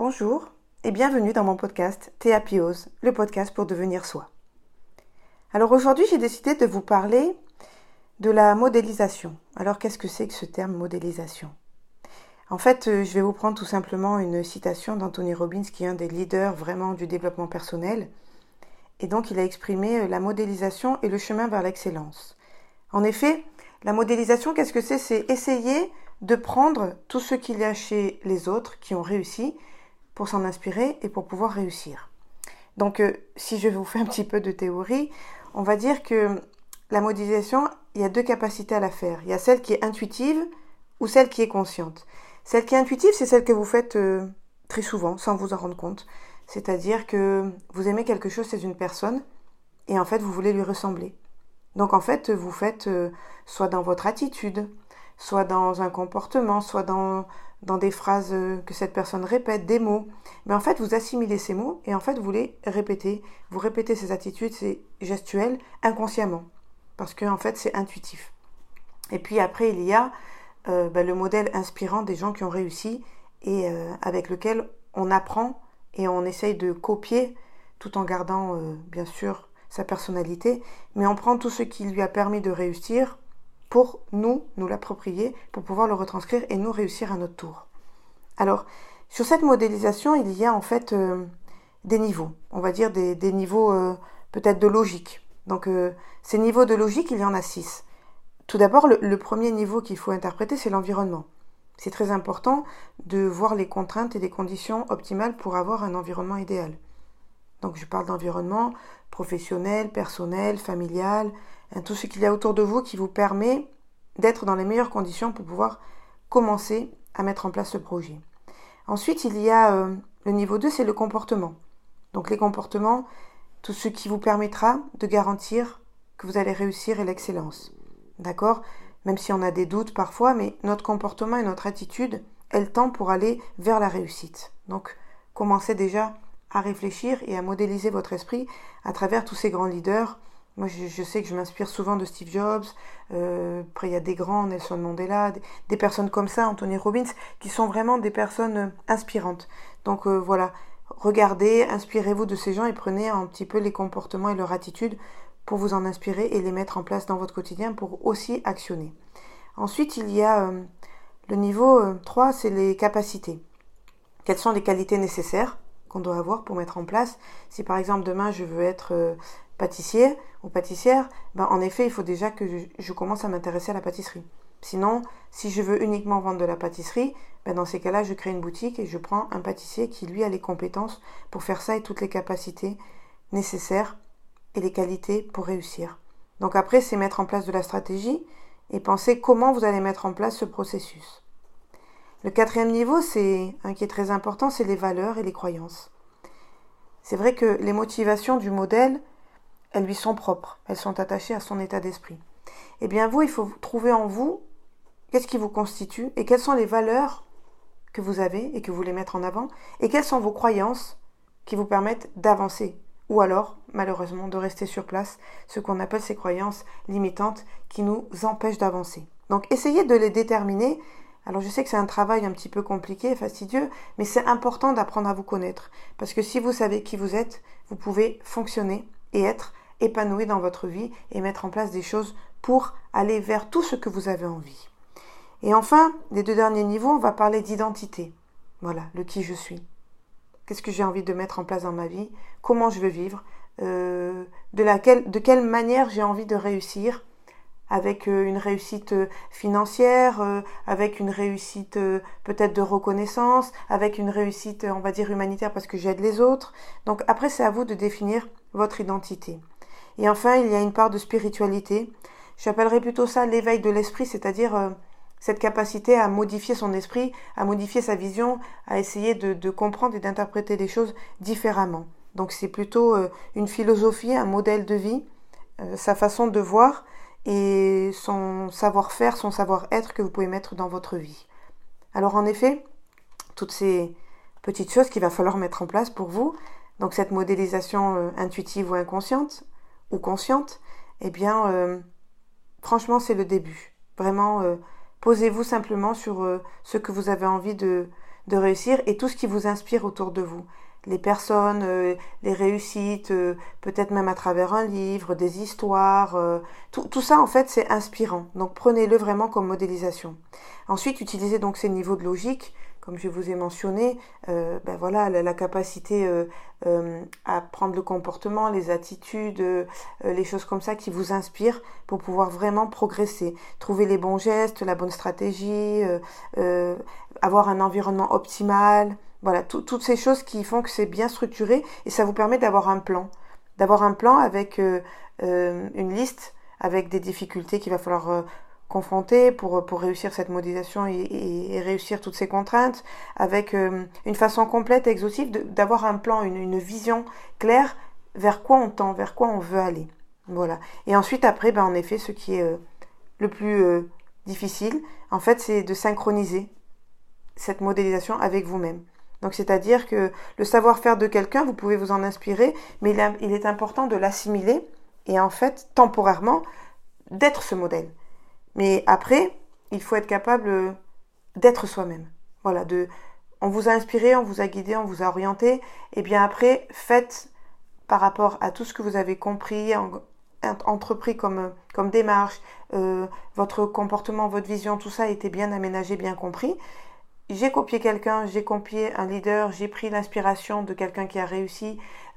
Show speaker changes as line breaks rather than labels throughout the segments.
Bonjour et bienvenue dans mon podcast Théapiose, le podcast pour devenir soi. Alors aujourd'hui, j'ai décidé de vous parler de la modélisation. Alors qu'est-ce que c'est que ce terme modélisation ? En fait, je vais vous prendre tout simplement une citation d'Anthony Robbins, qui est un des leaders vraiment du développement personnel. Et donc, il a exprimé la modélisation et le chemin vers l'excellence. En effet, la modélisation, qu'est-ce que c'est ? C'est essayer de prendre tout ce qu'il y a chez les autres qui ont réussi pour s'en inspirer et pour pouvoir réussir. Donc, si je vous fais un petit peu de théorie, on va dire que la modélisation, il y a deux capacités à la faire. Il y a celle qui est intuitive ou celle qui est consciente. Celle qui est intuitive, c'est celle que vous faites très souvent, sans vous en rendre compte. C'est-à-dire que vous aimez quelque chose chez une personne et en fait, vous voulez lui ressembler. Donc, en fait, vous faites soit dans votre attitude, soit dans un comportement, soit dans des phrases que cette personne répète, des mots. Mais en fait, vous assimilez ces mots et en fait, vous les répétez. Vous répétez ces attitudes, ces gestuels inconsciemment. Parce que en fait, c'est intuitif. Et puis après, il y a le modèle inspirant des gens qui ont réussi et avec lequel on apprend et on essaye de copier tout en gardant bien sûr sa personnalité, mais on prend tout ce qui lui a permis de réussir pour nous l'approprier, pour pouvoir le retranscrire et nous réussir à notre tour. Alors, sur cette modélisation, il y a en fait des niveaux, on va dire des niveaux peut-être de logique. Donc, ces niveaux de logique, il y en a 6. Tout d'abord, le premier niveau qu'il faut interpréter, c'est l'environnement. C'est très important de voir les contraintes et les conditions optimales pour avoir un environnement idéal. Donc, je parle d'environnement professionnel, personnel, familial, tout ce qu'il y a autour de vous qui vous permet d'être dans les meilleures conditions pour pouvoir commencer à mettre en place ce projet. Ensuite, il y a le niveau 2, c'est le comportement. Donc, les comportements, tout ce qui vous permettra de garantir que vous allez réussir et l'excellence. D'accord ? Même si on a des doutes parfois, mais notre comportement et notre attitude, elles tendent pour aller vers la réussite. Donc, commencez déjà à réfléchir et à modéliser votre esprit à travers tous ces grands leaders. Moi, je sais que je m'inspire souvent de Steve Jobs. Après, il y a des grands, Nelson Mandela, des personnes comme ça, Anthony Robbins, qui sont vraiment des personnes inspirantes. Donc voilà, regardez, inspirez-vous de ces gens et prenez un petit peu les comportements et leur attitude pour vous en inspirer et les mettre en place dans votre quotidien pour aussi actionner. Ensuite, il y a le niveau 3, c'est les capacités. Quelles sont les qualités nécessaires qu'on doit avoir pour mettre en place? Si par exemple demain je veux être pâtissier ou pâtissière, en effet il faut déjà que je commence à m'intéresser à la pâtisserie. Sinon, si je veux uniquement vendre de la pâtisserie, dans ces cas-là je crée une boutique et je prends un pâtissier qui lui a les compétences pour faire ça et toutes les capacités nécessaires et les qualités pour réussir. Donc après, c'est mettre en place de la stratégie et penser comment vous allez mettre en place ce processus. Le 4e niveau, c'est un qui est très important, c'est les valeurs et les croyances. C'est vrai que les motivations du modèle, elles lui sont propres, elles sont attachées à son état d'esprit. Eh bien vous, il faut trouver en vous qu'est-ce qui vous constitue et quelles sont les valeurs que vous avez et que vous voulez mettre en avant et quelles sont vos croyances qui vous permettent d'avancer. Ou alors, malheureusement, de rester sur place, ce qu'on appelle ces croyances limitantes qui nous empêchent d'avancer. Donc, essayez de les déterminer. Alors, je sais que c'est un travail un petit peu compliqué, fastidieux, mais c'est important d'apprendre à vous connaître. Parce que si vous savez qui vous êtes, vous pouvez fonctionner et être épanoui dans votre vie et mettre en place des choses pour aller vers tout ce que vous avez envie. Et enfin, les 2 derniers niveaux, on va parler d'identité. Voilà, le qui je suis. Qu'est-ce que j'ai envie de mettre en place dans ma vie? Comment je veux vivre? De quelle manière j'ai envie de réussir? Avec une réussite financière, avec une réussite peut-être de reconnaissance, avec une réussite, on va dire, humanitaire parce que j'aide les autres. Donc après, c'est à vous de définir votre identité. Et enfin, il y a une part de spiritualité. J'appellerais plutôt ça l'éveil de l'esprit, c'est-à-dire cette capacité à modifier son esprit, à modifier sa vision, à essayer de comprendre et d'interpréter les choses différemment. Donc c'est plutôt une philosophie, un modèle de vie, sa façon de voir et son savoir-faire, son savoir-être que vous pouvez mettre dans votre vie. Alors en effet, toutes ces petites choses qu'il va falloir mettre en place pour vous, donc cette modélisation intuitive ou inconsciente, ou consciente, eh bien, franchement c'est le début. Vraiment, posez-vous simplement sur ce que vous avez envie de de réussir et tout ce qui vous inspire autour de vous. Les personnes, les réussites, peut-être même à travers un livre, des histoires, tout ça en fait c'est inspirant. Donc prenez-le vraiment comme modélisation. Ensuite, utilisez donc ces niveaux de logique, comme je vous ai mentionné, la capacité à prendre le comportement, les attitudes, les choses comme ça qui vous inspirent pour pouvoir vraiment progresser. Trouver les bons gestes, la bonne stratégie, avoir un environnement optimal. Voilà, toutes ces choses qui font que c'est bien structuré et ça vous permet d'avoir un plan. D'avoir un plan avec une liste, avec des difficultés qu'il va falloir confronter pour réussir cette modélisation et réussir toutes ces contraintes, avec une façon complète et exhaustive d'avoir un plan, une vision claire vers quoi on tend, vers quoi on veut aller. Voilà. Et ensuite, après, en effet, ce qui est le plus difficile, en fait, c'est de synchroniser cette modélisation avec vous-même. Donc, c'est-à-dire que le savoir-faire de quelqu'un, vous pouvez vous en inspirer, mais il est important de l'assimiler et en fait, temporairement, d'être ce modèle. Mais après, il faut être capable d'être soi-même. Voilà, on vous a inspiré, on vous a guidé, on vous a orienté, et bien après, faites par rapport à tout ce que vous avez compris, entrepris comme démarche, votre comportement, votre vision, tout ça a été bien aménagé, bien compris. J'ai copié quelqu'un, j'ai copié un leader, j'ai pris l'inspiration de quelqu'un qui a réussi,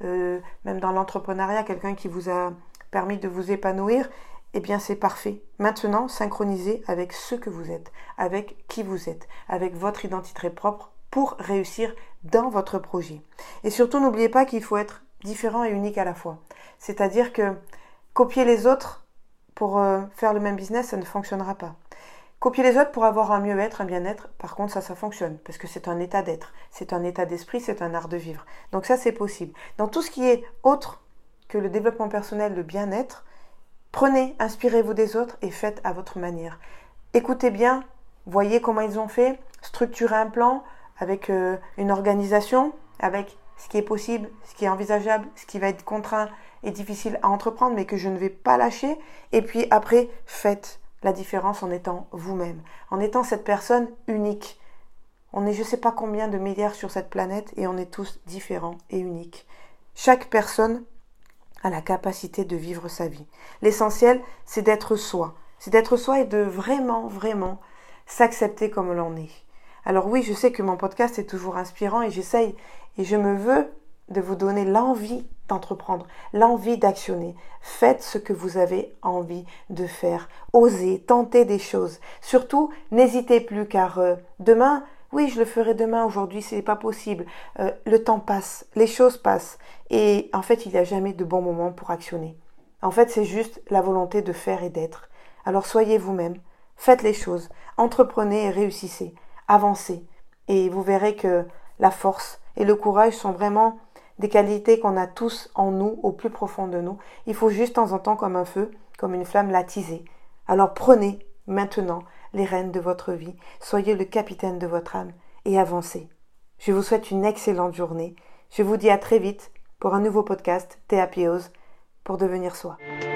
même dans l'entrepreneuriat, quelqu'un qui vous a permis de vous épanouir, eh bien c'est parfait. Maintenant, synchronisez avec ce que vous êtes, avec qui vous êtes, avec votre identité propre pour réussir dans votre projet. Et surtout, n'oubliez pas qu'il faut être différent et unique à la fois. C'est-à-dire que copier les autres pour faire le même business, ça ne fonctionnera pas. Copier les autres pour avoir un mieux-être, un bien-être, par contre, ça fonctionne, parce que c'est un état d'être, c'est un état d'esprit, c'est un art de vivre. Donc ça, c'est possible. Dans tout ce qui est autre que le développement personnel, le bien-être, prenez, inspirez-vous des autres et faites à votre manière. Écoutez bien, voyez comment ils ont fait, structurez un plan avec une organisation, avec ce qui est possible, ce qui est envisageable, ce qui va être contraint et difficile à entreprendre, mais que je ne vais pas lâcher. Et puis après, faites la différence en étant vous-même, en étant cette personne unique. On est je ne sais pas combien de milliards sur cette planète et on est tous différents et uniques. Chaque personne a la capacité de vivre sa vie. L'essentiel, c'est d'être soi. C'est d'être soi et de vraiment, vraiment s'accepter comme l'on est. Alors oui, je sais que mon podcast est toujours inspirant et j'essaye et je me veux de vous donner l'envie d'entreprendre, l'envie d'actionner. Faites ce que vous avez envie de faire. Osez, tentez des choses. Surtout, n'hésitez plus car demain, oui, je le ferai demain, aujourd'hui, c'est pas possible. Le temps passe, les choses passent. Et en fait, il n'y a jamais de bon moment pour actionner. En fait, c'est juste la volonté de faire et d'être. Alors soyez vous-même, faites les choses, entreprenez et réussissez, avancez. Et vous verrez que la force et le courage sont vraiment des qualités qu'on a tous en nous, au plus profond de nous. Il faut juste de temps en temps, comme un feu, comme une flamme, l'attiser. Alors prenez maintenant les rênes de votre vie, soyez le capitaine de votre âme et avancez. Je vous souhaite une excellente journée. Je vous dis à très vite pour un nouveau podcast Théapiose pour devenir soi.